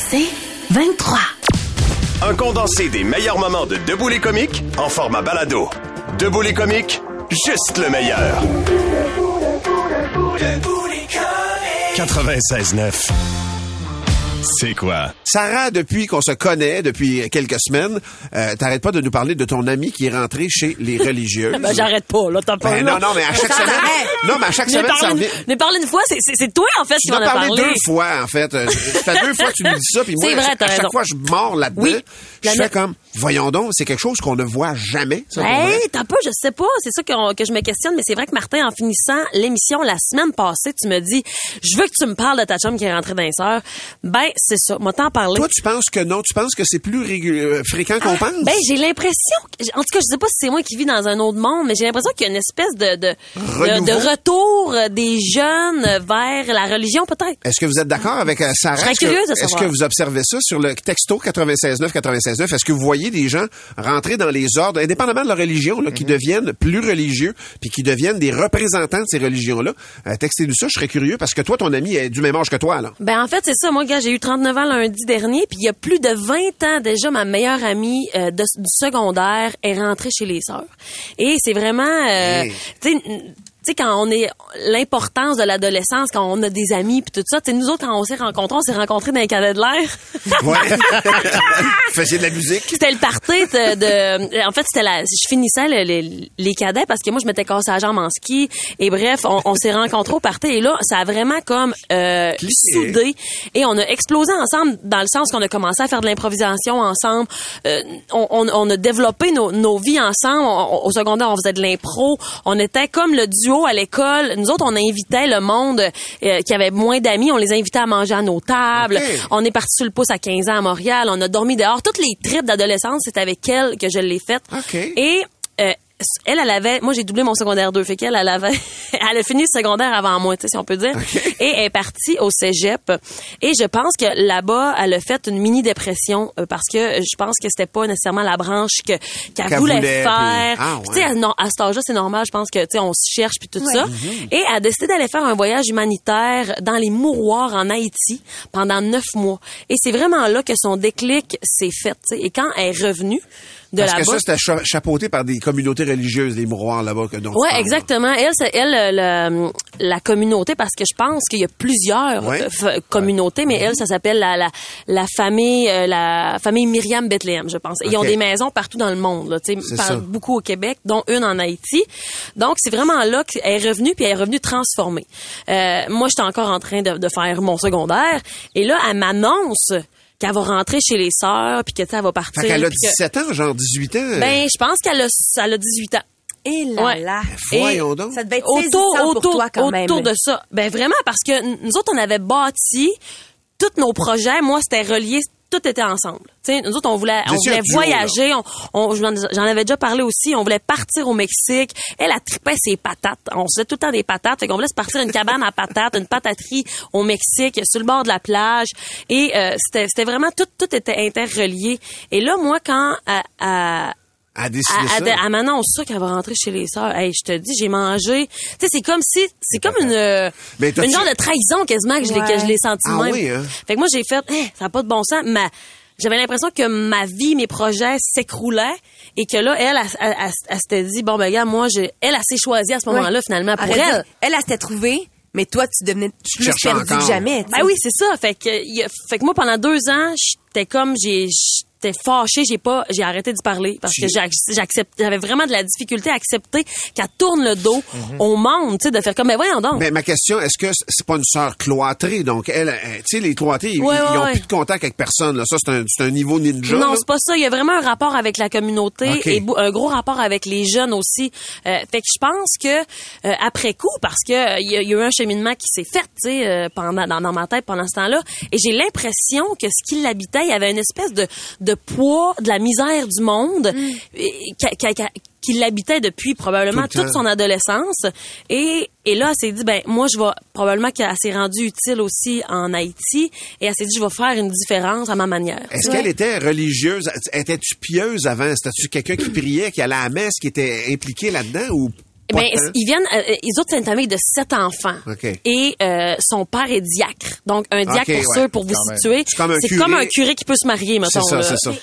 C'est 23. Un condensé des meilleurs moments de Debout les comiques en format balado. Debout les comiques, juste le meilleur. 96.9. C'est quoi? Sarah, depuis qu'on se connaît, depuis quelques semaines, t'arrêtes pas de nous parler de ton ami qui est rentré chez les religieuses. Ben, j'arrête pas, là, t'as pas non, mais à chaque semaine. Non, mais à chaque semaine, ça revient. On a parlé une fois, c'est toi, en fait, qui m'en a parlé. Tu m'as parlé 2 fois, en fait. Ça fait 2 fois que tu nous dis ça, puis moi, à chaque fois, je mords là-dedans. Oui. Je fais comme, voyons donc, c'est quelque chose qu'on ne voit jamais. T'as pas, je sais pas, c'est ça que je me questionne, mais c'est vrai que Martin, en finissant l'émission la semaine passée, tu me dis, je veux que tu me parles de ta chum qui est rentrée dans les sœurs. Ben, c'est ça, moi t'en parler. Toi, tu penses que non? Tu penses que c'est plus fréquent qu'on pense? Ben, j'ai l'impression, en tout cas, je sais pas si c'est moi qui vis dans un autre monde, mais j'ai l'impression qu'il y a une espèce de retour des jeunes vers la religion, peut-être. Est-ce que vous êtes d'accord avec Sarah? Je serais curieuse de savoir. Est-ce que vous observez ça sur le texto 96.9? Est-ce que vous voyez des gens rentrer dans les ordres, indépendamment de leur religion, là, qui deviennent plus religieux, puis qui deviennent des représentants de ces religions-là? Textez-nous ça, je serais curieux, parce que toi, ton ami est du même âge que toi, là. Ben, en fait, c'est ça. Moi, gars, j'ai eu 39 ans lundi dernier, puis il y a plus de 20 ans déjà, ma meilleure amie du secondaire est rentrée chez les sœurs. Et c'est vraiment, tu sais, quand on est l'importance de l'adolescence, quand on a des amis puis tout ça, tu sais, nous autres, quand on s'est rencontrés dans les cadets de l'air. Ouais. Vous faisiez de la musique. C'était le party en fait, je finissais les cadets parce que moi, je m'étais cassé la jambe en ski. Et bref, on s'est rencontrés au party et là, ça a vraiment comme, soudé. Et on a explosé ensemble dans le sens qu'on a commencé à faire de l'improvisation ensemble. On a développé nos vies ensemble. Au secondaire, on faisait de l'impro. On était comme le duo à l'école. Nous autres, on invitait le monde qui avait moins d'amis, on les invitait à manger à nos tables. Okay. On est parti sur le pouce à 15 ans à Montréal. On a dormi dehors. Toutes les trips d'adolescence, c'est avec elle que je l'ai faite. Okay. Et elle avait, moi j'ai doublé mon secondaire 2, fait qu'elle elle a fini le secondaire avant moi, tu sais, si on peut dire. Okay. Et elle est partie au cégep. Et je pense que là-bas, elle a fait une mini dépression parce que je pense que c'était pas nécessairement la branche qu'elle voulait faire. Ah, ouais. Tu sais, à cet âge-là, c'est normal, je pense que tu sais, on se cherche puis tout ça. Mm-hmm. Et elle a décidé d'aller faire un voyage humanitaire dans les mouroirs en Haïti pendant 9 mois. Et c'est vraiment là que son déclic s'est fait, tu sais. Et quand elle est revenue parce que ça, c'était chapeauté par des communautés religieuses, les mouroirs là-bas. Oui, exactement. La communauté, parce que je pense qu'il y a plusieurs communautés, mais elle, ça s'appelle la famille Myriam Bethléem, je pense. Okay. Ils ont des maisons partout dans le monde, là, tu sais, beaucoup au Québec, dont une en Haïti. Donc, c'est vraiment là qu'elle est revenue, puis elle est revenue transformée. Moi, j'étais encore en train de faire mon secondaire, et là, elle m'annonce qu'elle va rentrer chez les sœurs, puis que elle va partir. Fait qu'elle a 17 ans, genre 18 ans. Ben, je pense qu'elle a 18 ans. Et là. Voyons donc. Ça devait être saisissant pour toi quand même. Autour de ça. Ben, vraiment, parce que nous autres, on avait bâti tous nos projets. Moi, c'était relié, tout était ensemble. T'sais, nous autres, on voulait voyager. J'en avais déjà parlé aussi. On voulait partir au Mexique. Elle tripait ses patates. On faisait tout le temps des patates. Fait qu'on voulait se partir une cabane à patates, une pataterie au Mexique, sur le bord de la plage. Et c'était vraiment tout était interrelié. Et là, moi, quand elle m'annonce ça qu'elle va rentrer chez les sœurs. Hey, je te dis, j'ai mangé. Tu sais, c'est comme une genre de trahison quasiment que je l'ai senti même. Oui, hein? Fait que moi, j'ai fait, ça n'a pas de bon sens. J'avais l'impression que ma vie, mes projets s'écroulaient et que là, elle s'était dit, bon, ben, gars, moi, elle s'est choisie à ce moment-là, finalement, pour elle. Elle s'était trouvée. Mais toi, tu devenais plus perdu que jamais. Ben oui, c'est ça. Fait que moi, pendant 2 ans, j'étais fâchée, j'ai arrêté d'y parler parce que j'avais vraiment de la difficulté à accepter qu'elle tourne le dos au monde, tu sais, de faire comme, mais voyons donc. Mais ma question, est-ce que c'est pas une sœur cloîtrée? Donc, elle, tu sais, les cloîtrés, ils ont plus de contact avec personne, là. Ça, c'est un niveau ninja. Non, là. c'est pas ça. Il y a vraiment un rapport avec la communauté et un gros rapport avec les jeunes aussi. Fait que je pense que, après coup, parce que il y a eu un cheminement qui s'est fait, tu sais, dans ma tête pendant ce temps-là, et j'ai l'impression que ce qui l'habitait, il y avait une espèce de poids, de la misère du monde qui l'habitait depuis probablement toute son adolescence. Et là, elle s'est dit, ben moi, probablement qu'elle s'est rendue utile aussi en Haïti. Et elle s'est dit, je vais faire une différence à ma manière. Est-ce qu'elle était religieuse? Étais-tu pieuse avant? C'était-tu quelqu'un qui priait, qui allait à la messe, qui était impliqué là-dedans ou... Pas Ben, tant. ils viennent, ils autres, c'est une famille de 7 enfants. OK. Et son père est diacre. Donc, un diacre, OK, pour ouais, ceux, pour vous quand même. situer, C'est comme un c'est curé. comme un curé qui peut se marier, mettons. C'est ça, là. c'est ça.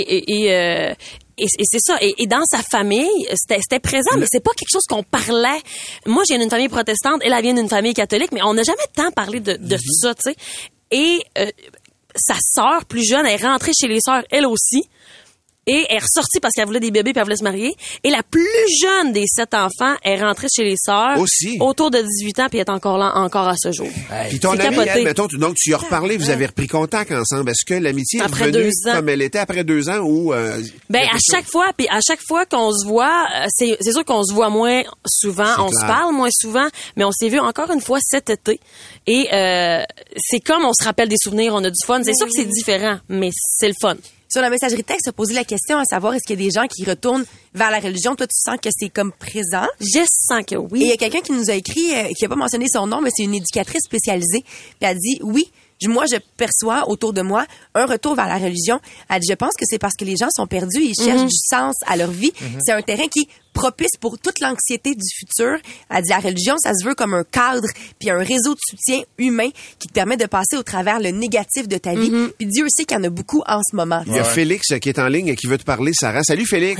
Et c'est ça. Et dans sa famille, c'était présent, mais c'est pas quelque chose qu'on parlait. Moi, j'ai une famille protestante, elle vient d'une famille catholique, mais on n'a jamais tant parlé de ça, tu sais. Et sa sœur plus jeune est rentrée chez les sœurs, elle aussi. Et elle est ressortie parce qu'elle voulait des bébés puis elle voulait se marier. Et la plus jeune des 7 enfants est rentrée chez les sœurs. Aussi. Autour de 18 ans puis elle est encore là, encore à ce jour. Puis ton C'est amie, capoté. elle, mettons, donc tu y as reparlé, vous avez repris contact ensemble. Est-ce que l'amitié est Après revenue 2 ans. comme elle était après 2 ans ou... Ben à chaque fois qu'on se voit, c'est sûr qu'on se voit moins souvent, C'est on clair. se parle moins souvent, mais on s'est vu encore une fois cet été. Et c'est comme on se rappelle des souvenirs, on a du fun. C'est sûr que c'est différent, mais c'est le fun. Sur la messagerie texte, a posé la question à savoir est-ce qu'il y a des gens qui retournent vers la religion. Toi, tu sens que c'est comme présent. Je sens que Et il oui. y a quelqu'un qui nous a écrit, qui a pas mentionné son nom, mais c'est une éducatrice spécialisée. Puis elle dit, oui, moi, je perçois autour de moi un retour vers la religion. Elle dit, je pense que c'est parce que les gens sont perdus et ils cherchent du sens à leur vie. C'est un terrain qui est propice pour toute l'anxiété du futur. Elle dit, la religion, ça se veut comme un cadre puis un réseau de soutien humain qui te permet de passer au travers le négatif de ta vie. Puis Dieu sait qu'il y en a beaucoup en ce moment. Il y a Félix qui est en ligne et qui veut te parler, Sarah. Salut, Félix.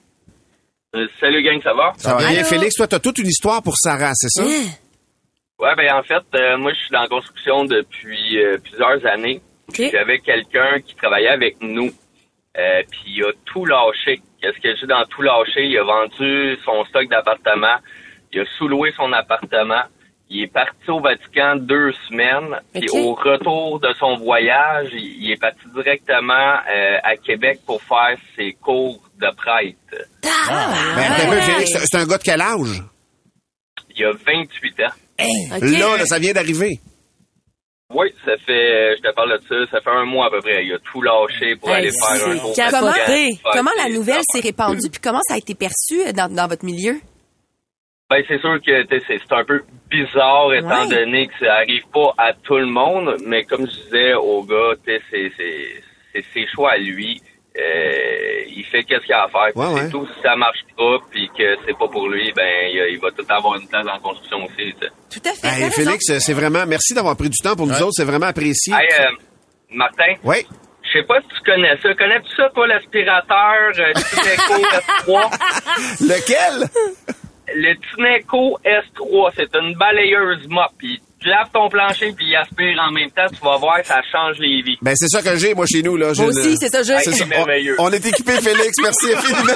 Salut gang, ça va? Ça va bien, Allô? Félix? Toi, t'as toute une histoire pour Sarah, c'est ça? Ouais, ben en fait, moi je suis dans la construction depuis plusieurs années. OK. J'avais quelqu'un qui travaillait avec nous, puis il a tout lâché. Qu'est-ce que j'ai dans tout lâché? Il a vendu son stock d'appartements, il a sous-loué son appartement, il est parti au Vatican 2 semaines, puis OK. au retour de son voyage, il est parti directement à Québec pour faire ses cours de prêtre. Ben, t'as vu, Félix, c'est un gars de quel âge? Il a 28 ans. OK. Là, ça vient d'arriver. Oui, ça fait, je te parle de ça, ça fait 1 mois à peu près. Il a tout lâché pour Hey, aller faire un c'est tour. capoté. de Vatican, faire Comment la des nouvelle affaires. s'est répandue puis comment ça a été perçu dans votre milieu? Ben, c'est sûr que tu sais, c'est un peu bizarre étant Ouais. donné que ça arrive pas à tout le monde, mais comme je disais au gars, tu sais, c'est ses choix à lui. Il fait qu'est-ce qu'il a à faire. Ouais, C'est ouais. tout. Si ça marche pas puis que c'est pas pour lui, ben il va tout avoir une place dans la construction aussi. Tu sais. Tout à fait. Hey, t'as raison. Félix, c'est vraiment... Merci d'avoir pris du temps pour nous autres. C'est vraiment apprécié. Hey, Martin. Oui. Je sais pas si tu connais ça. Connais-tu ça, toi, l'aspirateur Tineco S3? Lequel? Le Tineco S3, c'est une balayeuse mop. Puis tu laves ton plancher puis il aspire en même temps. Tu vas voir, ça change les vies. Ben, c'est ça que j'ai, moi, chez nous, là. Moi aussi, c'est ça, C'est ça. merveilleux. On est équipé, Félix. Merci infiniment.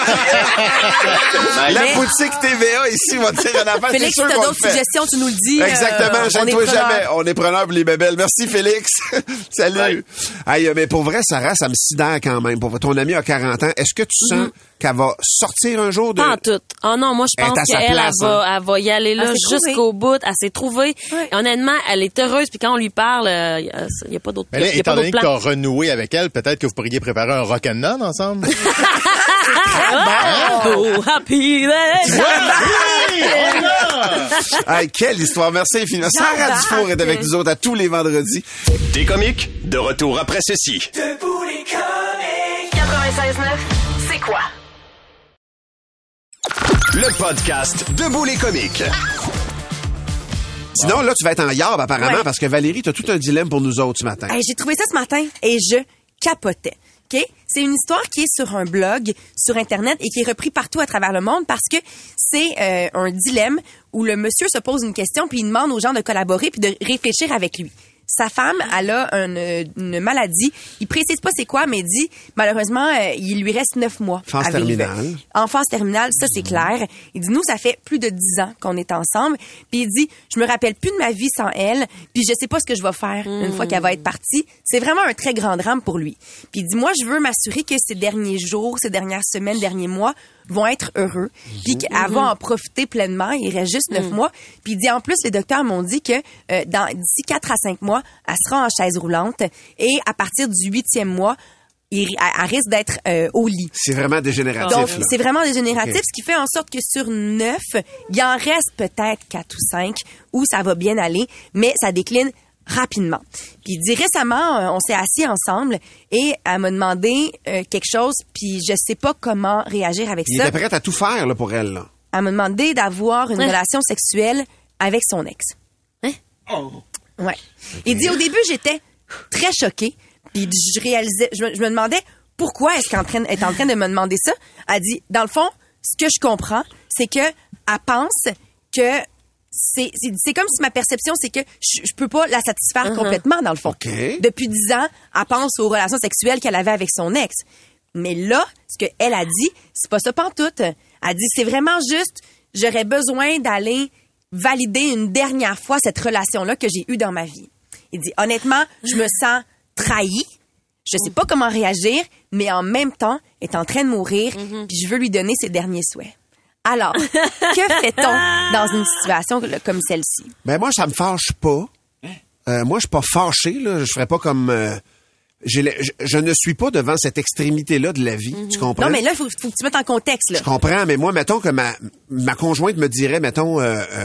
La boutique TVA ici va dire une affaire. Félix, c'est sûr si t'as qu'on le d'autres fait. suggestions, tu nous le dis. Exactement, on est gêne-toi preneurs. jamais. On est preneur pour les bébelles. Merci, Félix. Salut. Hey, mais pour vrai, Sarah, ça me sidère quand même. Pour ton amie a 40 ans. Est-ce que tu sens qu'elle va sortir un jour de... Pas en tout. Oh non, moi, je Elle est pense à sa qu'elle place, elle va y aller là Elle s'est trouvée. jusqu'au bout. Elle s'est trouvée. Ouais. Et honnêtement, elle est heureuse. Puis quand on lui parle, il n'y a pas d'autre Mais là, il y a étant pas donné d'autre que plan. t'as renoué avec elle, peut-être que vous pourriez préparer un rock'n'roll ensemble. Oh, happy day! Hey, quelle histoire. Merci infiniment. Sarah Dufour est avec nous autres à tous les vendredis. Des comiques, de retour après ceci. 96.9, c'est quoi? Le podcast Debout les comiques. Sinon, là, tu vas être en yarb apparemment Ouais. parce que Valérie, t'as tout un dilemme pour nous autres ce matin. Hey, j'ai trouvé ça ce matin et je capotais. OK? C'est une histoire qui est sur un blog, sur Internet et qui est repris partout à travers le monde parce que c'est un dilemme où le monsieur se pose une question puis il demande aux gens de collaborer puis de réfléchir avec lui. Sa femme, elle a une maladie. Il précise pas c'est quoi, mais il dit, malheureusement, il lui reste 9 mois Phase à vivre. terminale. En phase terminale, ça, c'est clair. Il dit, nous, ça fait plus de 10 ans qu'on est ensemble. Puis il dit, je me rappelle plus de ma vie sans elle. Puis je sais pas ce que je vais faire une fois qu'elle va être partie. C'est vraiment un très grand drame pour lui. Puis il dit, moi, je veux m'assurer que ces derniers jours, ces dernières semaines, derniers mois vont être heureux. Puis qu'elle va en profiter pleinement. Il reste juste 9 mois. Puis il dit, en plus, les docteurs m'ont dit que d'ici 4 à 5 mois, elle sera en chaise roulante. Et à partir du 8e mois, elle risque d'être au lit. C'est vraiment dégénératif. Donc, là. c'est vraiment dégénératif, Ok. ce qui fait en sorte que sur 9, il en reste peut-être 4 ou 5 où ça va bien aller, mais ça décline rapidement. Puis il dit récemment, on s'est assis ensemble et elle m'a demandé quelque chose, puis je sais pas comment réagir avec Il ça. était prêt à tout faire là, pour elle. Là. elle m'a demandé d'avoir une relation sexuelle avec son ex. Hein? Ouais. Il dit, au début, j'étais très choquée, puis je réalisais, je me demandais pourquoi est-ce qu'elle est en train de me demander ça. Elle dit, dans le fond, ce que je comprends, c'est que elle pense que c'est comme si ma perception, c'est que je peux pas la satisfaire complètement, dans le fond. OK. Depuis 10 ans, elle pense aux relations sexuelles qu'elle avait avec son ex. Mais là, ce qu'elle a dit, c'est pas ça pantoute. Elle dit, c'est vraiment juste, j'aurais besoin d'aller valider une dernière fois cette relation-là que j'ai eue dans ma vie. Il dit, honnêtement, je me sens trahie. Je sais pas comment réagir, mais en même temps, elle est en train de mourir, puis je veux lui donner ses derniers souhaits. Alors, que fait-on dans une situation comme celle-ci? Ben moi, ça me fâche pas. Moi, je suis pas fâché, là. Je ferais pas comme... je ne suis pas devant cette extrémité-là de la vie. Tu comprends? Non, mais là, il faut que tu mettes en contexte, là. Je comprends, mais moi, mettons que ma conjointe me dirait, mettons...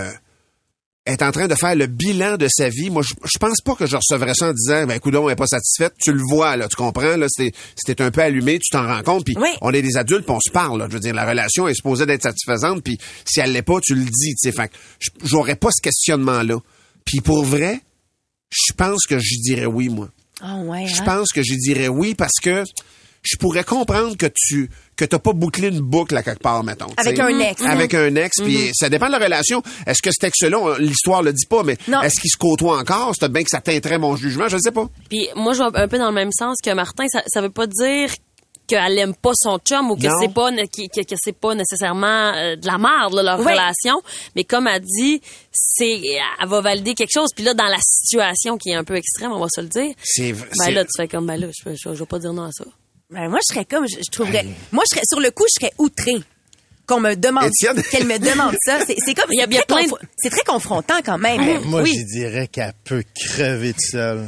est en train de faire le bilan de sa vie. Moi, je pense pas que je recevrais ça en disant, ben, coudonc, elle est pas satisfaite. Tu le vois, là, tu comprends, là, c'était un peu allumé, tu t'en rends compte, puis oui. On est des adultes, puis on se parle, là. Je veux dire, la relation est supposée d'être satisfaisante, puis si elle l'est pas, tu le dis, tu sais. Fait que j'aurais pas ce questionnement-là. Puis pour vrai, je pense que je dirais oui, moi. Ah ouais. Je pense que je dirais oui parce que je pourrais comprendre que t'as pas bouclé une boucle à quelque part, mettons. Avec t'sais. un ex. Avec un ex, puis ça dépend de la relation. Est-ce que cet ex-là, l'histoire le dit pas, mais Non. est-ce qu'il se côtoie encore? C'est bien que ça teinterait mon jugement, je ne sais pas. Puis moi, je vais un peu dans le même sens que Martin. Ça veut pas dire qu'elle aime pas son chum ou que Non. que c'est pas nécessairement de la merde là, leur Oui. relation, mais comme elle dit, elle va valider quelque chose. Puis là, dans la situation qui est un peu extrême, on va se le dire. Ben là, tu fais comme là, je vais pas dire non à ça. Ben, moi, je serais comme, je trouverais, moi, sur le coup, je serais outrée qu'on me demande, Étienne? qu'elle me demande ça. C'est comme, Il y a bien plein de- c'est très confrontant quand même. Moi, oui. je dirais qu'elle peut crever de seule.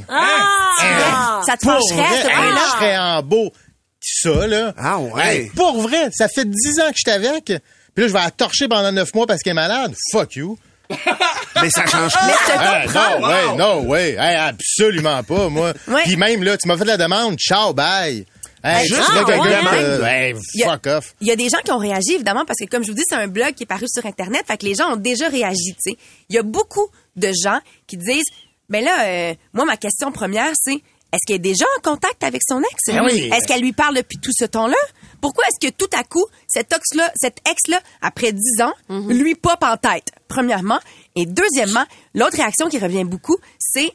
Ça te Pour fâcherait à ce vrai, point-là? je serais en beau. Ça, là. Ah ouais. Hey, pour vrai, ça fait 10 ans que je suis avec. Puis là, je vais la torcher pendant 9 mois parce qu'elle est malade. Fuck you. Mais ça change Mais pas. je te comprends. No way. Hey, absolument pas, moi. Ouais. Puis même, là, tu m'as fait la demande. Ciao, bye. Hey, Juste tu veux le quelqu'un de hey, Il y a- fuck off. Il y a des gens qui ont réagi, évidemment, parce que, comme je vous dis, c'est un blog qui est paru sur Internet, fait que les gens ont déjà réagi, tu sais. Il y a beaucoup de gens qui disent, ben là, moi, ma question première, c'est, est-ce qu'elle est déjà en contact avec son ex? Ben oui. Est-ce qu'elle lui parle depuis tout ce temps-là? Pourquoi est-ce que tout à coup, cet ex-là, après 10 ans, lui pop en tête, premièrement? Et deuxièmement, l'autre réaction qui revient beaucoup, c'est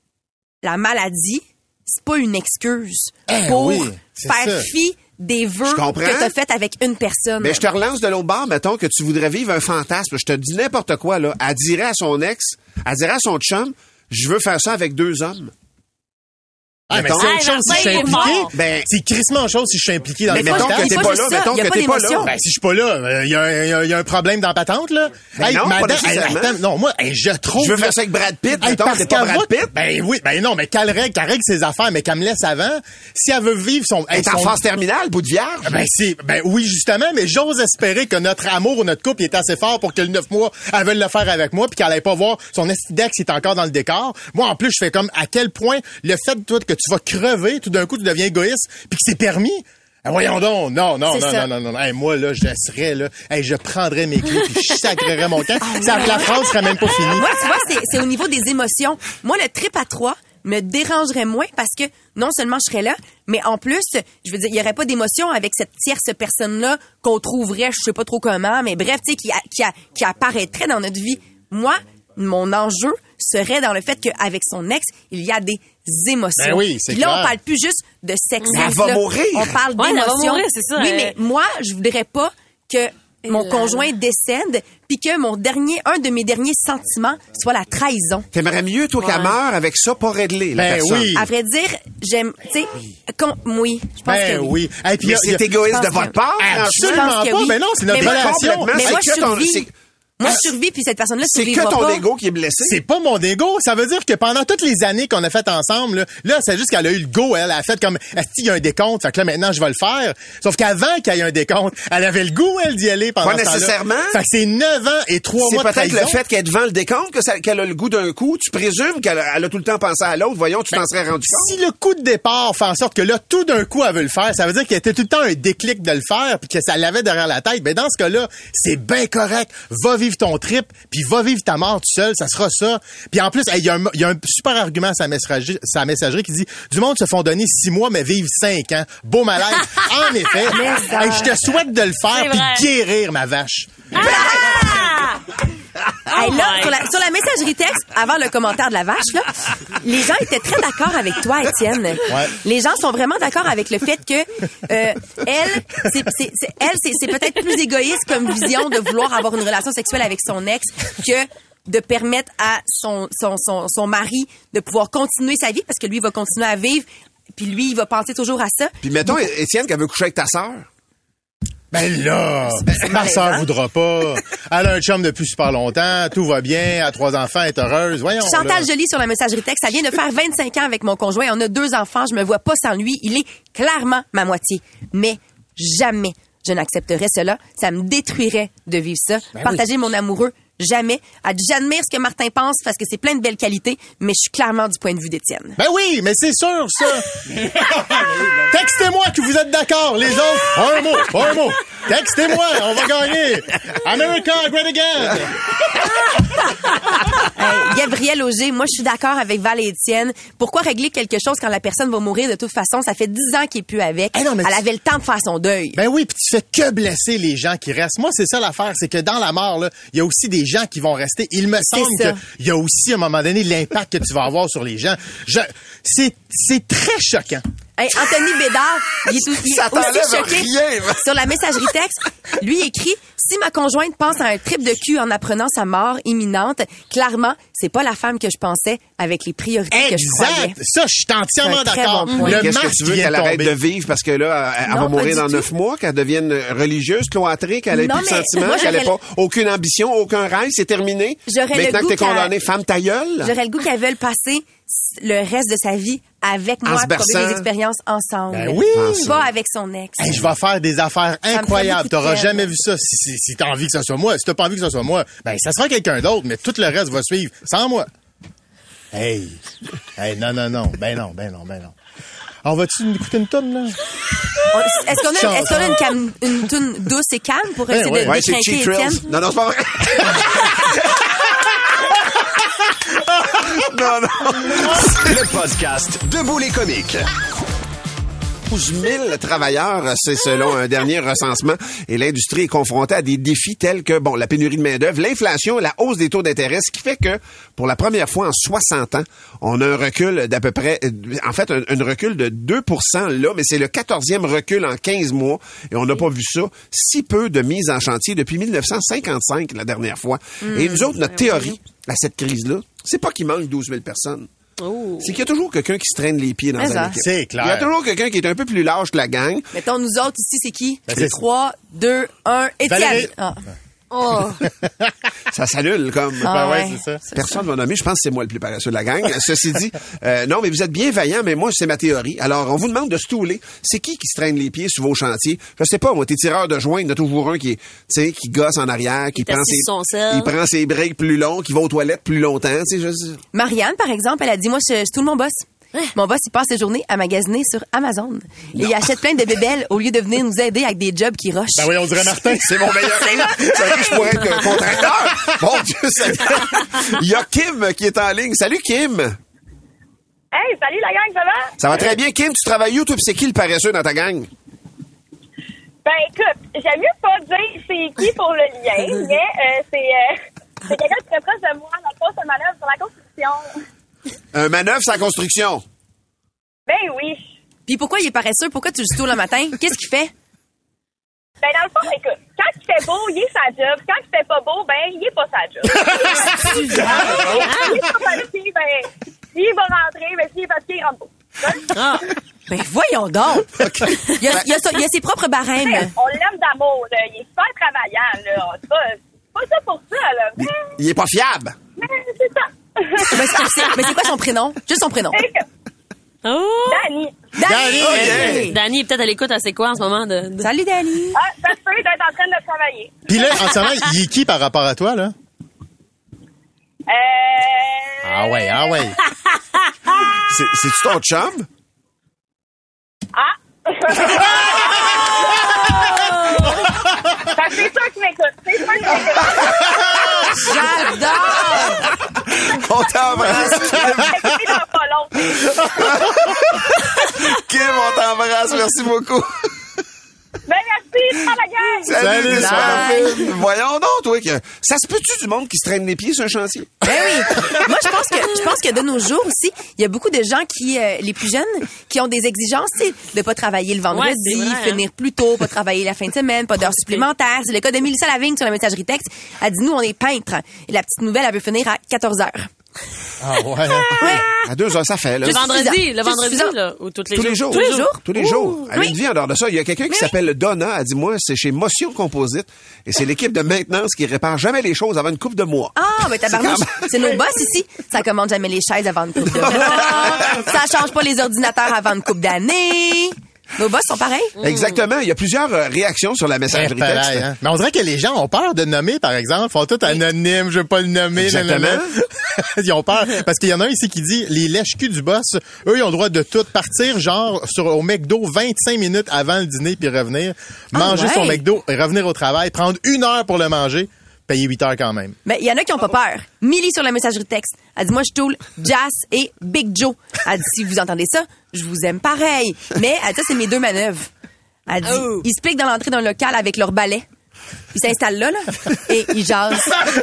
la maladie, c'est pas une excuse pour oui, c'est faire ça. fi des vœux Je comprends. que t'as fait avec une personne. Mais je te relance de l'autre bord, mettons que tu voudrais vivre un fantasme. Je te dis n'importe quoi, là. Elle dirait à son ex, elle dirait à son chum, je veux faire ça avec 2 hommes. Ah, mais Mettons- c'est autre chose si je suis Martin, il est impliqué. mort. Ben, C'est crissement autre chose si je suis impliqué dans mais le mettons métal. que t'es pas pas juste là, ça, mettons y a que pas t'es pas d'émotion. là. Ben, si je suis pas là, il y a un problème dans la patente, là. Ben non, pas nécessairement. Non, moi, je trouve... Je veux faire ça avec Brad Pitt, Hey, mettons, parce t'es pas qu'elle Brad va- Pitt. Ben oui, ben non, mais qu'elle règle ses affaires, mais qu'elle me laisse avant. Si elle veut vivre son... Elle est en son- phase terminale, bout de vierge. Ben oui, justement, mais j'ose espérer que notre amour ou notre couple est assez fort pour que le 9 mois, elle veuille le faire avec moi puis qu'elle aille pas voir son ex qui est encore dans le décor. Moi, en plus, je fais comme à quel point le fait, toi, que tu vas crever, tout d'un coup, tu deviens égoïste puis que c'est permis. Ah, voyons donc. Non. Hey, moi, là, je serais, là. Hey, je prendrais mes clés puis je sacrerais mon camp. La phrase serait même pas finie. Moi, tu vois, c'est au niveau des émotions. Moi, le trip à 3 me dérangerait moins parce que non seulement je serais là, mais en plus, je veux dire, il y aurait pas d'émotion avec cette tierce personne-là qu'on trouverait, je sais pas trop comment, mais bref, tu sais, qui apparaîtrait dans notre vie. Moi, mon enjeu serait dans le fait qu'avec son ex, il y a des émotions. Ben oui, c'est Puis là, clair. on parle plus juste de sexe. Elle va là. mourir. On parle Ouais, elle va d'émotions. mourir, c'est ça. Oui, mais moi, je voudrais pas que mon conjoint décède puis que un de mes derniers sentiments soit la trahison. T'aimerais mieux, toi, qu'elle meure avec ça pas réglé, la Ben personne. oui. À vrai dire, j'aime, tu sais, oui, je pense Ben que oui. oui. Hey, puis Mais il y a- c'est égoïste je de pense votre que- part, franchement. Absolument Je pense que pas. oui. Mais non, c'est notre Mais moi, relation. Complètement. Mais C'est moi, que je ton- survis. c'est- Moi, je survis, puis cette personne-là C'est survivra que ton pas. ego qui est blessé. C'est pas mon ego. Ça veut dire que pendant toutes les années qu'on a fait ensemble, là, c'est juste qu'elle a eu le go, elle a fait comme, est-ce qu'il y a un décompte? Fait que là, maintenant, je vais le faire. Sauf qu'avant qu'il y ait un décompte, elle avait le goût, elle, d'y aller pendant Pas ce temps-là. nécessairement. Fait que c'est 9 ans et 3 mois de C'est peut-être trahison. le fait qu'elle est devant le décompte qu'elle a le goût d'un coup. Tu présumes qu'elle a tout le temps pensé à l'autre. Voyons, tu t'en serais rendu compte. Si le coup de départ fait en sorte que là, tout d'un coup, elle veut le faire, ça veut dire qu'il y était tout le temps un déclic de le faire puis que ça l'avait derrière la tête. Ben, dans ce cas-là, c'est bien correct. Va vivre ton trip puis va vivre ta mort tout seul. Ça sera ça. Puis en plus, il y a un super argument à sa messagerie qui dit, du monde se font donner 6 mois, mais vivent 5 ans. Beau malade. En effet. Hey, je te souhaite de le faire C'est puis vrai. de guérir, ma vache. Ah! Hey, là, my sur la messagerie texte, avant le commentaire de la vache, là, les gens étaient très d'accord avec toi, Étienne. Les gens sont vraiment d'accord avec le fait que c'est peut-être plus égoïste comme vision de vouloir avoir une relation sexuelle avec son ex que de permettre à son mari de pouvoir continuer sa vie parce que lui il va continuer à vivre puis lui il va penser toujours à ça. Puis mettons, Étienne, qu'elle veut coucher avec ta sœur. Ben là, ma sœur voudra pas. Elle a un chum depuis super longtemps, tout va bien, elle a 3 enfants, elle est heureuse. Voyons. Chantal là. Joly sur la messagerie texte, ça vient de faire 25 ans avec mon conjoint, on a 2 enfants, je me vois pas sans lui, il est clairement ma moitié. Mais jamais je n'accepterais cela, ça me détruirait de vivre ça. Partager mon amoureux, jamais. J'admire ce que Martin pense parce que c'est plein de belles qualités, mais je suis clairement du point de vue d'Étienne. Ben oui, mais c'est sûr, ça. Textez-moi que vous êtes d'accord, les autres. Un mot. Textez-moi, on va gagner. America, great again. Gabriel Auger, moi je suis d'accord avec Val et Étienne. Pourquoi régler quelque chose quand la personne va mourir de toute façon? Ça fait 10 ans qu'il est plus avec. Eh non, mais Elle avait le temps de faire son deuil. Ben oui, puis tu fais que blesser les gens qui restent. Moi, c'est ça l'affaire, c'est que dans la mort, là, il y a aussi des gens qui vont rester. Il me semble ça. qu'il y a aussi, à un moment donné, l'impact que tu vas avoir sur les gens. C'est très choquant. Hey, Anthony Bédard, il est aussi Ça t'enlève choqué rien. sur la messagerie texte. Lui écrit, si ma conjointe pense à un trip de cul en apprenant sa mort imminente, clairement, c'est pas la femme que je pensais avec les priorités que je croyais. Exact. Ça, je suis entièrement C'est un très d'accord. bon point. Le Qu'est-ce que masque tu veux vient qu'elle de arrête tomber. de vivre parce que là, elle Non, va mourir pas dans du 9 mois, qu'elle devienne religieuse, cloîtrée, qu'elle ait Non, plus de mais sentiments, moi, qu'elle ait j'aurais pas aucune ambition, aucun rêve, c'est terminé. J'aurais le Maintenant goût que t'es qu'elle- condamné, femme ta gueule. J'aurais le goût qu'elles veulent passer le reste de sa vie avec En moi se pour vivre berçant. des expériences ensemble. Ben oui. Pas avec son ex. Hey, je vais faire des affaires me fait incroyables. beaucoup de T'auras peine. jamais vu ça. Si t'as envie que ça soit moi, si t'as pas envie que ça soit moi, ben ça sera quelqu'un d'autre, mais tout le reste va suivre sans moi. Hey, non. Ben non. On va-tu écouter une toune, là? Est-ce qu'on a une toune douce et calme pour essayer ouais. de Ouais, c'est décrinquer Cheap Étienne? Thrills. Non, c'est pas vrai. non. Le podcast Debout les comiques. 12 000 travailleurs, c'est selon un dernier recensement. Et l'industrie est confrontée à des défis tels que, la pénurie de main-d'œuvre, l'inflation, la hausse des taux d'intérêt, ce qui fait que, pour la première fois en 60 ans, on a un recul d'à peu près, un recul de 2 là, mais c'est le 14e recul en 15 mois. Et on n'a pas vu ça. Si peu de mise en chantier depuis 1955, la dernière fois. Et nous autres, notre théorie à cette crise-là, c'est pas qu'il manque 12 000 personnes. Oh. C'est qu'il y a toujours quelqu'un qui se traîne les pieds dans Mais une ça. équipe. C'est clair. Il y a toujours quelqu'un qui est un peu plus large que la gang. Mettons, nous autres, ici, c'est qui? Ben, c'est- 3, 2, 1, Étienne. Valérie. Ah. Oh. Ça s'annule comme... Ah, Ben ouais, ouais. c'est ça. Personne ne va nommer. Je pense que c'est moi le plus paresseux de la gang. Ceci dit, non, mais vous êtes bien vaillants, mais moi, c'est ma théorie. Alors, on vous demande de stouler. C'est qui se traîne les pieds sur vos chantiers? Je sais pas, moi, t'es tireur de joint, il y en a toujours un qui est, tu sais, qui gosse en arrière, qui est prend assis ses, sur son sel. il prend ses breaks plus longs, qui va aux toilettes plus longtemps, tu sais, Marianne, par exemple, elle a dit, moi, je tout mon boss. Mon boss, il passe ses journées à magasiner sur Amazon. Et il achète plein de bébelles au lieu de venir nous aider avec des jobs qui rushent. Ben oui, on dirait Martin. C'est mon meilleur ami. Vous savez, je pourrais être contracteur. Mon Dieu, il y a Kim qui est en ligne. Salut, Kim. Hey, salut la gang, ça va? Ça va très bien. Kim, tu travailles où, toi, pis c'est qui le paresseux dans ta gang? Ben écoute, j'aime mieux pas dire c'est qui pour le lien, mais c'est quelqu'un qui est proche de moi dans le poste de manœuvre sur la construction. Un manœuvre sans construction. Ben oui. Puis pourquoi il est paresseux? Pourquoi tu le stoules le matin? Qu'est-ce qu'il fait? Ben dans le fond, écoute, quand il fait beau, il est sa job. Quand il fait pas beau, ben il est pas sa job. Il est pas fatigué, ben s'il va rentrer, ben s'il est fatigué, il rentre pas. Ah. Ben voyons donc! il, a ses propres barèmes. On l'aime d'amour, là. Il est super travaillant, là. En tout cas, c'est pas ça pour ça, là. Il est pas fiable. Mais c'est ça. Mais c'est quoi son prénom? Juste son prénom. Oh! Danny. Danny! Danny est peut-être à l'écoute à c'est quoi en ce moment de... Salut, Danny. Ah, ça se peut d'être en train de travailler. Puis là, en ce moment, il est qui par rapport à toi, là? Ah ouais. C'est-tu ton chum? Ah! C'est sûr qu'il m'écoute. C'est sûr qu'il m'écoute. J'adore! On t'embrasse, Kim. Écoutez dans pas long. Kim, on t'embrasse. Merci beaucoup. Ben merci, prends la gueule. Salut, des Bye. Sparafines. Voyons donc, toi, que ça se peut-tu du monde qui se traîne les pieds sur un chantier? Ben oui. Moi, je pense que de nos jours aussi, il y a beaucoup de gens qui, les plus jeunes, qui ont des exigences, tu sais, de pas travailler le vendredi, Ouais, c'est vrai, finir plus tôt, pas travailler la fin de semaine, pas d'heures supplémentaires. C'est le cas de Mélissa Lavigne sur la messagerie texte. Elle dit, nous, on est peintres. Et la petite nouvelle, elle veut finir à 14h. Ah ouais. À 2 heures, ça fait, là. Le suffisant. vendredi, Suffisant. là, ou tous les Tous jours. les jours. Tous les jours. Tous les jours. Elle a Oui. une vie en dehors de ça. Il y a quelqu'un qui s'appelle Donna. Elle dit, moi, c'est chez Motion Composite. Et c'est l'équipe de maintenance qui répare jamais les choses avant une couple de mois. Ah, ben tabarnouche, c'est nos boss ici. Ça commande jamais les chaises avant une couple de mois. Ça change pas les ordinateurs avant une couple d'années. Nos boss sont pareils. Exactement. Il y a plusieurs réactions sur la messagerie texte. Pareil, hein. Mais on dirait que les gens ont peur de nommer, par exemple. Ils font tout anonyme, je veux pas le nommer. Exactement. nanana. Ils ont peur. Parce qu'il y en a un ici qui dit, les lèche-culs du boss, eux, ils ont le droit de tout partir, genre, au McDo 25 minutes avant le dîner puis revenir. Manger ouais. son McDo, revenir au travail, prendre 1 heure pour le manger, payer 8 heures quand même. Mais il y en a qui ont pas peur. Millie sur la messagerie texte. Elle dit, moi, je toule Jazz et Big Joe. Elle dit, si vous entendez ça, je vous aime pareil. Mais elle dit, ça, c'est mes 2 manœuvres. Elle dit, ils se piquent dans l'entrée d'un local avec leur balai. Ils s'installent là, et ils jasent.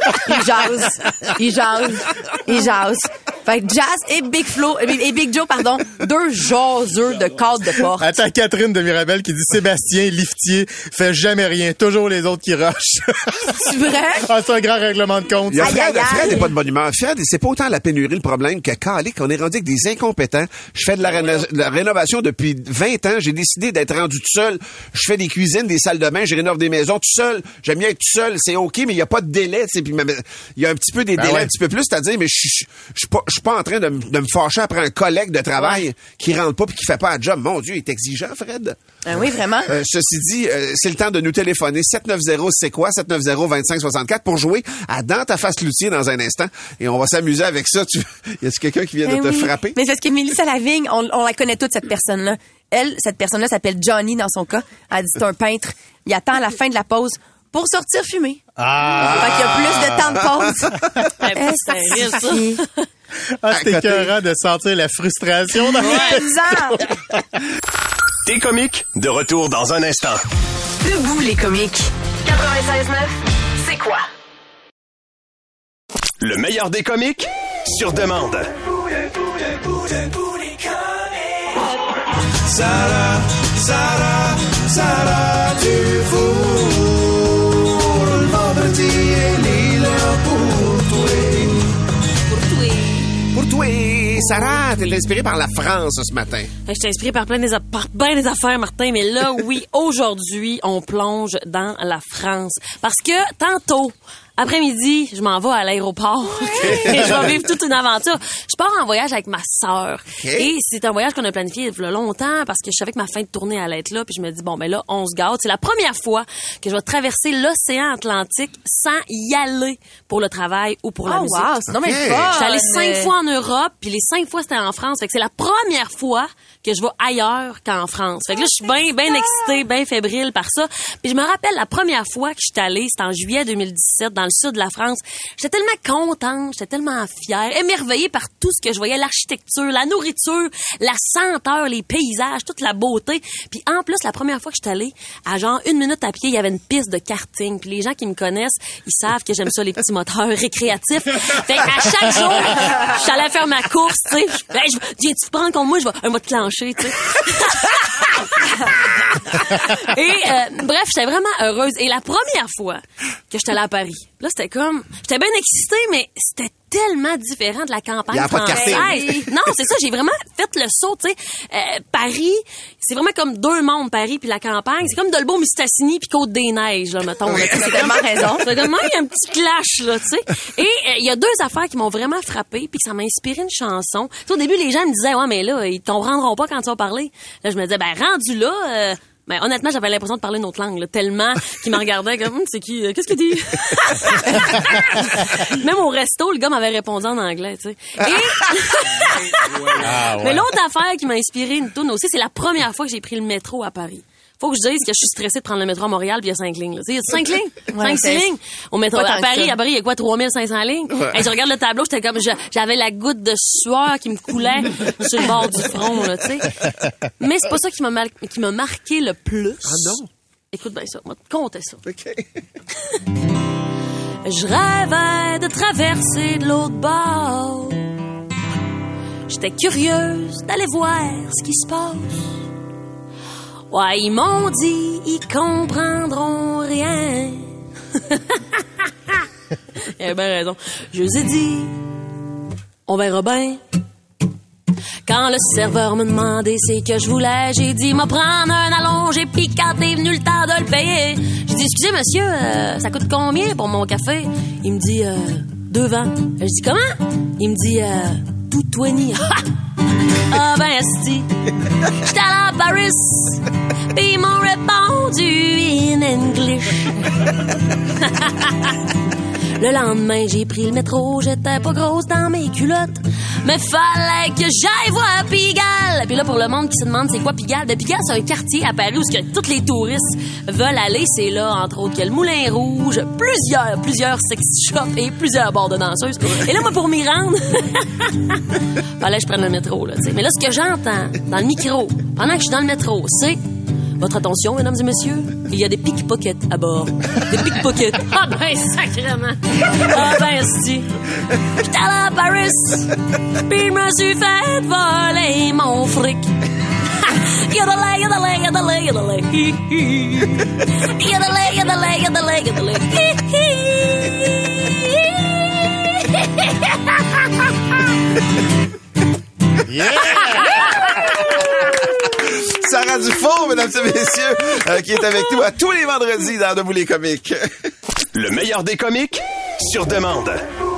Fait que Jazz et Big Flo, et Big Joe, pardon, 2 jaseux de cadre de porte. Attends, Catherine de Mirabel qui dit Sébastien, liftier, fait jamais rien, toujours les autres qui rushent. C'est vrai? Ah, c'est un grand règlement de compte. Il y a Aïe, Fred, aïe, aïe. Fred n'est pas de bonne humeur. Fred, c'est pas autant la pénurie le problème que calique. On est rendu avec des incompétents. Je fais de la rénovation depuis 20 ans. J'ai décidé d'être rendu tout seul. Je fais des cuisines, des salles de bain, je rénove des maisons tout seul. J'aime bien être tout seul. C'est OK, mais il n'y a pas de délai. Tu sais, puis il y a un petit peu des délais, ouais. un petit peu plus. C'est-à-dire, mais je suis pas en train de me fâcher après un collègue de travail qui rentre pas puis qui fait pas un job. Mon Dieu, il est exigeant, Fred. Ah oui, vraiment. Ceci dit, c'est le temps de nous téléphoner. 790, c'est quoi? 790-2564 pour jouer à Dans ta face Loutier dans un instant. Et on va s'amuser avec ça. Y a-t-il quelqu'un qui vient de te frapper? Mais c'est parce que Mélissa Lavigne, on la connaît toute, cette personne-là. Cette personne-là s'appelle Johnny dans son cas. Elle dit, c'est un peintre. Il attend la fin de la pause pour sortir fumer. Fait qu'il y a plus de temps de pause. C'est réel, ça. Esti. Ah, c'était À côté. écœurant de sentir la frustration dans Exact. T'es comique, de retour dans un instant. Debout les comiques. 96.9, c'est quoi? Le meilleur des comiques, sur demande. Sarah Dufour. Le vendredi, elle est là pour toi. Pour toi, Sarah, t'es inspirée par la France ce matin. Je suis inspirée par bien des affaires, Martin, mais là, oui, aujourd'hui, on plonge dans la France. Parce que tantôt, après-midi, je m'en vais à l'aéroport et je vais vivre toute une aventure. Je pars en voyage avec ma sœur. Et c'est un voyage qu'on a planifié il y a longtemps parce que je savais que ma fin de tournée allait être là. Puis je me dis, bon, ben là, on se gâte. C'est la première fois que je vais traverser l'océan Atlantique sans y aller pour le travail ou pour la musique. Wow, c'est non mais Ok. fun. Je suis allée 5 fois en Europe, puis les 5 fois, c'était en France. Fait que c'est la première fois que je vais ailleurs qu'en France. Fait que là, je suis bien excitée, bien fébrile par ça. Puis je me rappelle, la première fois que je suis allée, c'était en juillet 2017, dans le sud de la France. J'étais tellement contente, j'étais tellement fière, émerveillée par tout ce que je voyais, l'architecture, la nourriture, la senteur, les paysages, toute la beauté. Puis en plus, la première fois que je suis allée, à genre 1 minute à pied, il y avait une piste de karting. Puis les gens qui me connaissent, ils savent que j'aime ça, les petits moteurs récréatifs. Fait qu'à chaque jour, je suis allée faire ma course, tu sais. Viens-tu prendre contre moi? Je vais te plancher, tu sais. Et bref, j'étais vraiment heureuse. Et la première fois que j'étais allée à Paris, là, c'était comme... J'étais bien excitée, mais c'était tellement différent de la campagne Il y a pas de française. quartier. Non, c'est ça, j'ai vraiment fait le saut, tu sais. Paris, c'est vraiment comme deux mondes, Paris puis la campagne. C'est comme Dolbeau-Mistassini puis Côte-des-Neiges, là, mettons. Là, C'est tellement raison. c'est comme, il y a un petit clash, là, tu sais. Et il y a deux affaires qui m'ont vraiment frappée puis que ça m'a inspiré une chanson. Tu sais, au début, les gens me disaient, ouais, mais là, ils t'en rendront pas quand tu vas parler. Là, je me disais, ben, rendu là, ben, honnêtement, j'avais l'impression de parler une autre langue, là, tellement qu'ils me regardaient comme, c'est qui, qu'est-ce qu'il dit? Même au resto, le gars m'avait répondu en anglais, tu sais. Mais l'autre affaire qui m'a inspiré une toune aussi, c'est la première fois que j'ai pris le métro à Paris. Faut que je dise que je suis stressée de prendre le métro à Montréal puis il y a 5 lignes, là. Tu sais, il y a 5 lignes? 5-6 lignes? Au métro, à Paris, il y a quoi, 3500 lignes? Hey, je regarde le tableau, j'étais comme, j'avais la goutte de sueur qui me coulait sur le bord du front, là, tu sais. Mais c'est pas ça qui m'a marqué le plus. Ah non? Écoute bien ça, moi, comptez ça. OK. Je rêvais de traverser de l'autre bord. J'étais curieuse d'aller voir ce qui se passe. Ouais, ils m'ont dit, ils comprendront rien. Il avait bien raison. Je vous ai dit, on verra bien. Quand le serveur me demandait c'est que je voulais, j'ai dit, m'a prendre un allongé, puis quand est venu le temps de le payer, j'ai dit, excusez monsieur, ça coûte combien pour mon café? Il me dit, 2 vents. Je dis, comment? Il me dit, 220. Ah ben esti, j'étais à Paris, pis ils m'ont répondu in English. Le lendemain, j'ai pris le métro, j'étais pas grosse dans mes culottes, mais fallait que j'aille voir Pigalle. Puis là, pour le monde qui se demande c'est quoi Pigalle, ben Pigalle, c'est un quartier à Paris où tous les touristes veulent aller. C'est là, entre autres, qu'il y a le Moulin Rouge, plusieurs sex shops et plusieurs bars de danseuses. Et là, moi, pour m'y rendre, fallait que je prenne le métro, là, tu sais. Mais là, ce que j'entends dans le micro, pendant que je suis dans le métro, c'est... Votre attention, mesdames et messieurs, il y a des pickpockets à bord. Des pickpockets. Ah ben, sacrément. Ah ben, si. J'étais allé à Paris, puis je me suis fait voler mon fric. Yadalay, yadalay, yadalay, yadalay. Yadalay, yadalay, yadalay, yadalay. Yeah! Sarah Dufour, mesdames et messieurs, qui est avec nous à tous les vendredis dans Debout les comiques. Le meilleur des comiques, sur demande.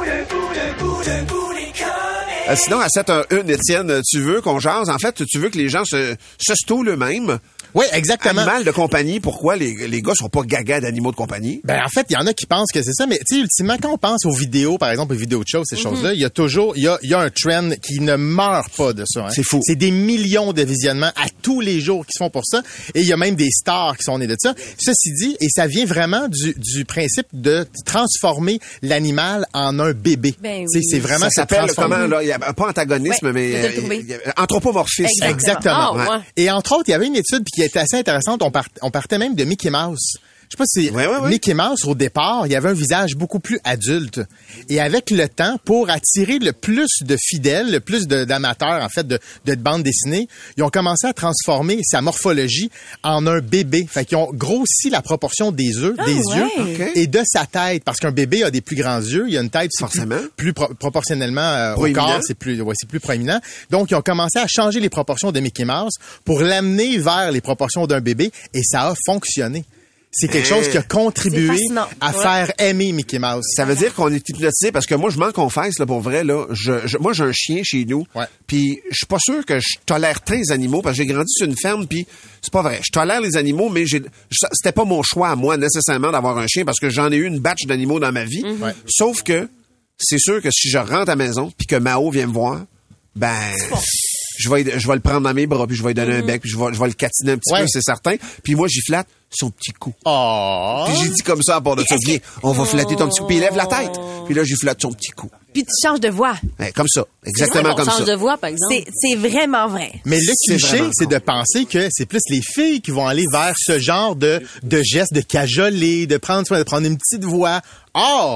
Sinon, à 7h01, Étienne, tu veux qu'on jase? En fait, tu veux que les gens se stoulent eux-mêmes. Oui, exactement. Animal de compagnie, pourquoi les gars sont pas gaga d'animaux de compagnie? Ben, en fait, il y en a qui pensent que c'est ça, mais tu sais, ultimement, quand on pense aux vidéos, par exemple, aux vidéos de shows, ces choses-là, il y a toujours, il y a un trend qui ne meurt pas de ça, hein. C'est fou. C'est des millions de visionnements à tous les jours qui se font pour ça. Et il y a même des stars qui sont nées de ça. Ceci dit, et ça vient vraiment du principe de transformer l'animal en un bébé. Ben oui. C'est vraiment Ça s'appelle transformer. comment, là? Il y a pas antagonisme, Ouais, mais je vais te le trouver. anthropomorphisme. Exactement. Ah, ouais. Et entre autres, il y avait une étude qui était assez intéressante. On partait même de Mickey Mouse. Je sais pas si Ouais. Mickey Mouse, au départ, il y avait un visage beaucoup plus adulte. Et avec le temps, pour attirer le plus de fidèles, le plus d'amateurs, en fait, de bandes dessinées, ils ont commencé à transformer sa morphologie en un bébé. Fait qu'ils ont grossi la proportion des yeux Okay. et de sa tête. Parce qu'un bébé a des plus grands yeux. Il y a une tête Forcément. plus proportionnellement au Proéminent. corps. C'est plus proéminent. Donc, ils ont commencé à changer les proportions de Mickey Mouse pour l'amener vers les proportions d'un bébé. Et ça a fonctionné. C'est quelque chose qui a contribué C'est fascinant. à faire aimer Mickey Mouse. Ça veut dire qu'on est hypnotisé parce que moi, je m'en confesse, là, pour vrai, là, moi, j'ai un chien chez nous. Ouais. Puis, je suis pas sûr que je tolère tant les animaux parce que j'ai grandi sur une ferme puis c'est pas vrai. Je tolère les animaux, mais c'était pas mon choix à moi, nécessairement, d'avoir un chien parce que j'en ai eu une batch d'animaux dans ma vie. Ouais. Sauf que, c'est sûr que si je rentre à la maison puis que Mao vient me voir, ben, je vais le prendre dans mes bras puis je vais lui donner un bec puis je vais le catiner un petit peu, c'est certain. Puis moi, j'y flatte son petit cou. Oh! Puis j'ai dit comme ça à part de ça, viens, on va flatter ton petit cou. Puis il lève la tête. Puis là, j'y flatte son petit cou. Puis tu changes de voix. Ouais, comme ça. Exactement comme On change ça. de voix, par exemple. C'est vraiment vrai. Mais le C'est cliché, vraiment c'est con. de penser que c'est plus les filles qui vont aller vers ce genre de gestes, de cajoler, de prendre une petite voix. Or,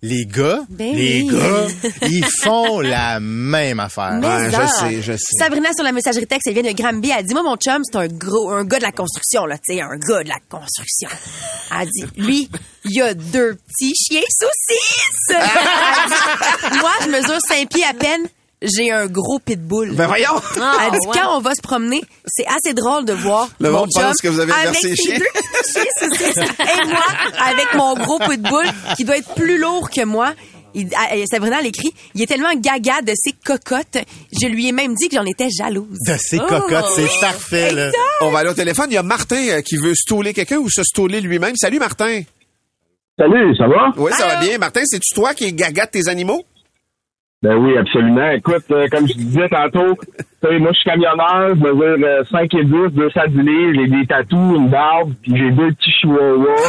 les gars, Ben les oui. gars, ils font la même affaire. Mais Ouais, ça. je sais. Sabrina sur la messagerie texte, elle vient de Granby. Elle dit, moi, mon chum, c'est un gars de la construction, là, tu sais, un gars de la construction. Elle dit, lui, il a 2 petits chiens saucisses. Elle dit, moi, je mesure 5 pieds à peine. J'ai un gros pitbull. Ben voyons! Elle dit, quand on va se promener, c'est assez drôle de voir Le mon monde chum pense que vous avez avec inversé les ses chiens. 2 petits chiens saucisses et moi, avec mon gros pitbull, qui doit être plus lourd que moi. Sabrina l'écrit, il est tellement gaga de ses cocottes. Je lui ai même dit que j'en étais jalouse. De ces cocottes, c'est parfait, là. On va aller au téléphone. Il y a Martin qui veut stouler quelqu'un ou se stouler lui-même. Salut, Martin. Salut, ça va? Oui, ça va bien. Martin, c'est-tu toi qui es gaga de tes animaux? Ben oui, absolument. Écoute, comme je disais tantôt, moi je suis camionneur, je mesure 5 et 10, 210 livres, j'ai des tatous, une barbe, puis j'ai 2 petits chihuahuas.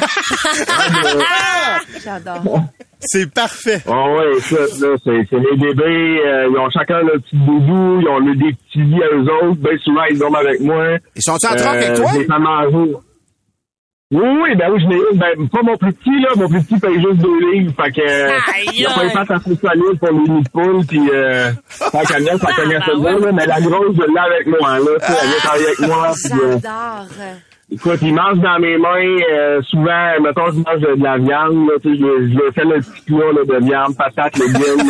J'adore. C'est parfait. Oh ouais, écoute, là, c'est les bébés, ils ont chacun leur petit doudou, ils ont des petits lits à eux autres, ben souvent ils dorment avec moi. Ils sont-ils en troc avec toi? Je les fais manger. Oui, ben oui, je n'ai une. Ben, pas mon plus petit, là. Mon plus petit paye juste 2 livres. Fait que, il a pas les pattes assez solides pour les nids de poule, pis tant qu'à mienne, ça connaît ça bien, là. Mais la grosse, je l'ai avec moi, là. Tu sais, elle vient travailler avec moi. J'adore. Écoute, il mange dans mes mains, souvent, mettons, je mange de la viande, là. Tu sais, je lui fais le petit plat, là, de viande, patates, légumes,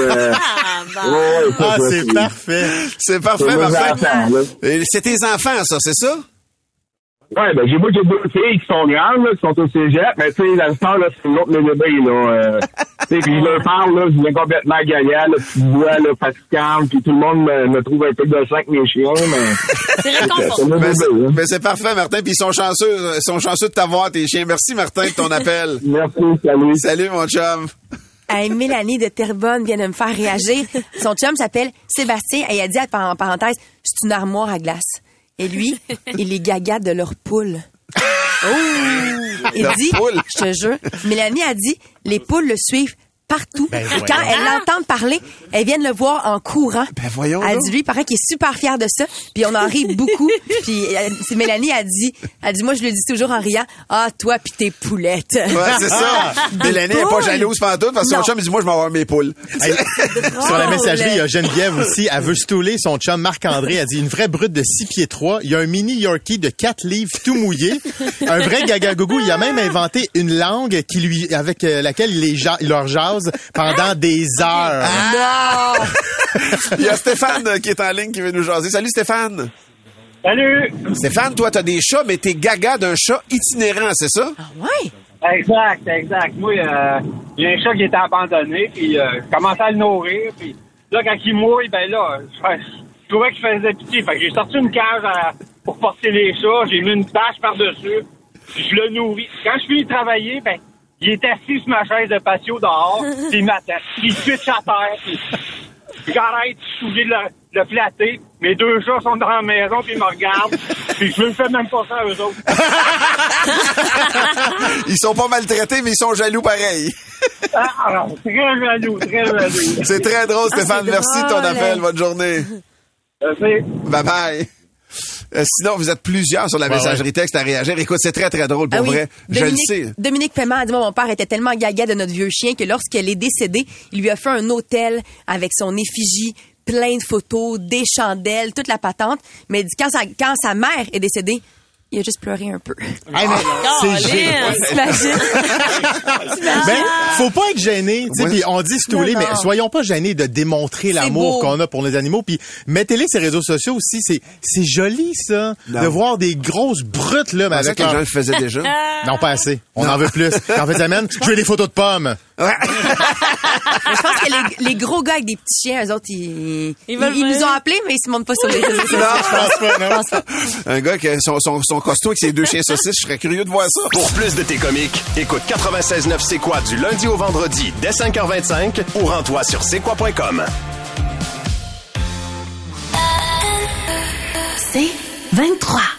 C'est parfait. C'est parfait, C'est mes Martin. enfants, là. Et c'est tes enfants, ça, c'est ça? Ouais, ben j'ai 2 filles qui sont grandes, là, qui sont au cégep, mais tu sais, dans le temps, là, c'est l'autre mes bébés, là. Tu sais, puis je leur parle, là, je viens complètement gagnant, là, tu vois, là, fatigant, puis tout le monde me trouve un peu de avec mes chiens, mais... C'est réconfortant. mes bébés, hein. Ben, c'est parfait, Martin, puis ils sont chanceux de t'avoir, tes chiens. Merci, Martin, de ton appel. Merci, salut. Salut, mon chum. Hey, Mélanie de Terrebonne vient de me faire réagir. Son chum s'appelle Sébastien et elle dit, en parenthèse, c'est une armoire à glace. Et lui, il est gaga de leur poule. Oh! Il Leur dit, poule? je te jure, Mélanie a dit, les poules le suivent partout. Ben, Et voyons. quand elles l'entendent parler, elles viennent le voir en courant. Ben, voyons Elle donc. dit, lui, il paraît qu'il est super fier de ça. Puis on en rit beaucoup. Puis c'est Mélanie a dit, moi, je le dis toujours en riant, ah, toi puis tes poulettes. Ouais, c'est ça. Mélanie n'est pas poules. jalouse pantoute parce que son Non. chum, il dit, moi, je vais avoir mes poules. Hey, sur la messagerie, il y a Geneviève aussi. Elle veut stouler son chum Marc-André. Elle dit une vraie brute de 6 pieds 3. Il y a un mini Yorkie de 4 livres tout mouillé. Un vrai gaga-gougou. Il a même inventé une langue avec laquelle il leur jase pendant des heures. Non! Il y a Stéphane qui est en ligne qui veut nous jaser. Salut, Stéphane. Salut! Stéphane, toi, t'as des chats, mais t'es gaga d'un chat itinérant, c'est ça? Ah ouais? Exact. Moi, il y a un chat qui était abandonné, puis je commençais à le nourrir, puis là, quand il mouille, ben là, je trouvais que je faisais pitié. Fait que j'ai sorti une cage pour porter les chats, j'ai mis une bâche par-dessus, puis je le nourris. Quand je finis de travailler, ben, il est assis sur ma chaise de patio dehors, puis il m'attend. Puis il switch à terre, puis j'arrête, je suis obligé de le flatter. Mes 2 chats sont dans la maison, puis ils me regardent, puis je ne fais même pas ça à eux autres. Ils sont pas maltraités, mais ils sont jaloux pareil. Très jaloux. C'est très drôle, Stéphane. c'est Merci de ton drôle. appel. Bonne journée. Merci. Bye-bye. Sinon, vous êtes plusieurs sur la messagerie texte à réagir. Écoute, c'est très, très drôle, pour Ah oui. vrai. Je le sais. Dominique Paiement a dit, moi, mon père était tellement gaga de notre vieux chien que lorsqu'elle est décédée, il lui a fait un hôtel avec son effigie, plein de photos, des chandelles, toute la patente. Mais il dit, quand sa mère est décédée, il a juste pleuré un peu. Hey, mais c'est génial. T'imagines? Ben, faut pas être gêné, tu sais, Ouais. puis on dit stouler, Non, mais non. soyons pas gênés de démontrer l'amour beau. qu'on a pour les animaux, puis mettez-les sur les réseaux sociaux aussi, c'est joli ça, Non. de voir des grosses brutes là, mais Je pensais avec que les gens leur... le faisaient déjà. Non, pas assez. On en veut plus. En fait, semaine, je veux des photos de pommes. Mais je pense que les gros gars avec des petits chiens, eux autres, ils veulent nous venir. ont appelés, mais ils se montrent pas sur les réseaux sociaux. Je pense pas, non. Un gars qui a son costaud avec ses 2 chiens saucisses, je serais curieux de voir ça. Pour plus de tes comiques, écoute 96.9 C'est quoi du lundi au vendredi dès 5h25 ou rends-toi sur c'est quoi.com. C'est 23.